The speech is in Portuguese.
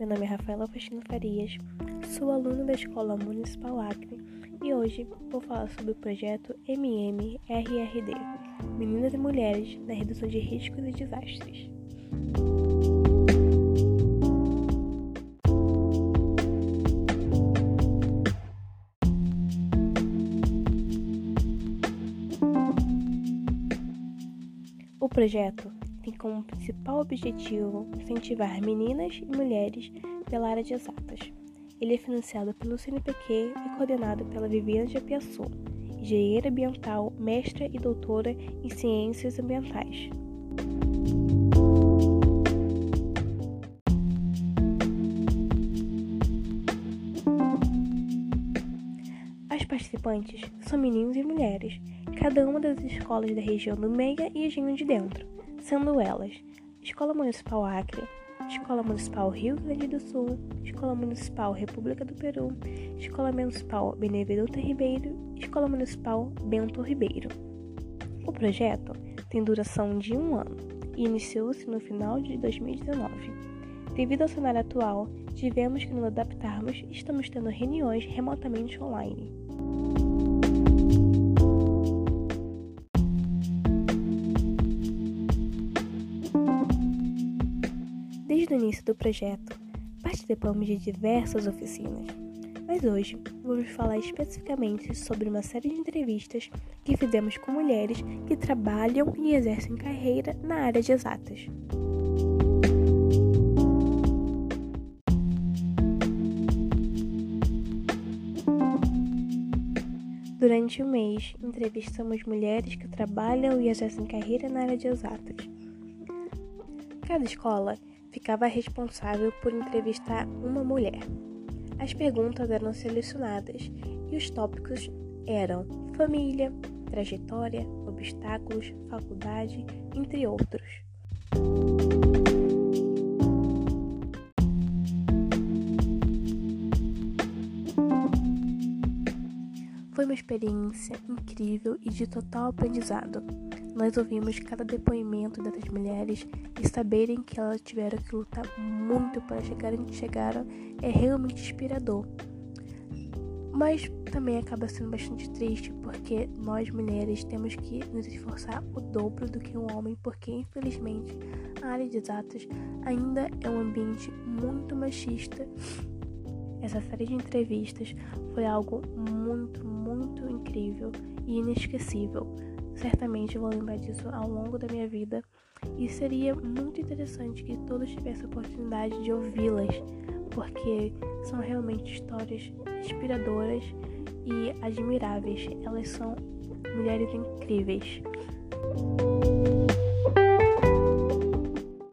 meu nome é Rafaela Faustino Farias, sou aluna da Escola Municipal Acre e hoje vou falar sobre o projeto MMRRD, Meninas e Mulheres na Redução de Riscos e Desastres. O projeto tem como principal objetivo incentivar meninas e mulheres pela área de exatas. Ele é financiado pelo CNPq e coordenado pela Viviane Japiaçu, engenheira ambiental, mestra e doutora em ciências ambientais. As participantes são meninos e mulheres, cada uma das escolas da região do Meia e Engenho de Dentro, sendo elas Escola Municipal Acre, Escola Municipal Rio Grande do Sul, Escola Municipal República do Peru, Escola Municipal Benevenuto Ribeiro e Escola Municipal Bento Ribeiro. O projeto tem duração de 1 ano e iniciou-se no final de 2019. Devido ao cenário atual, tivemos que nos adaptarmos e estamos tendo reuniões remotamente online. Desde o início do projeto, participamos de diversas oficinas, mas hoje vamos falar especificamente sobre uma série de entrevistas que fizemos com mulheres que trabalham e exercem carreira na área de exatas. Durante o mês, entrevistamos mulheres que trabalham e exercem carreira na área de exatas. Cada escola ficava responsável por entrevistar uma mulher. As perguntas eram selecionadas e os tópicos eram família, trajetória, obstáculos, faculdade, entre outros. Foi uma experiência incrível e de total aprendizado. Nós ouvimos cada depoimento dessas mulheres e saberem que elas tiveram que lutar muito para chegarem onde chegaram é realmente inspirador. Mas também acaba sendo bastante triste porque nós mulheres temos que nos esforçar o dobro do que um homem, porque infelizmente a área de exatas ainda é um ambiente muito machista. Essa série de entrevistas foi algo muito incrível e inesquecível. Certamente eu vou lembrar disso ao longo da minha vida e seria muito interessante que todos tivessem a oportunidade de ouvi-las, porque são realmente histórias inspiradoras e admiráveis. Elas são mulheres incríveis.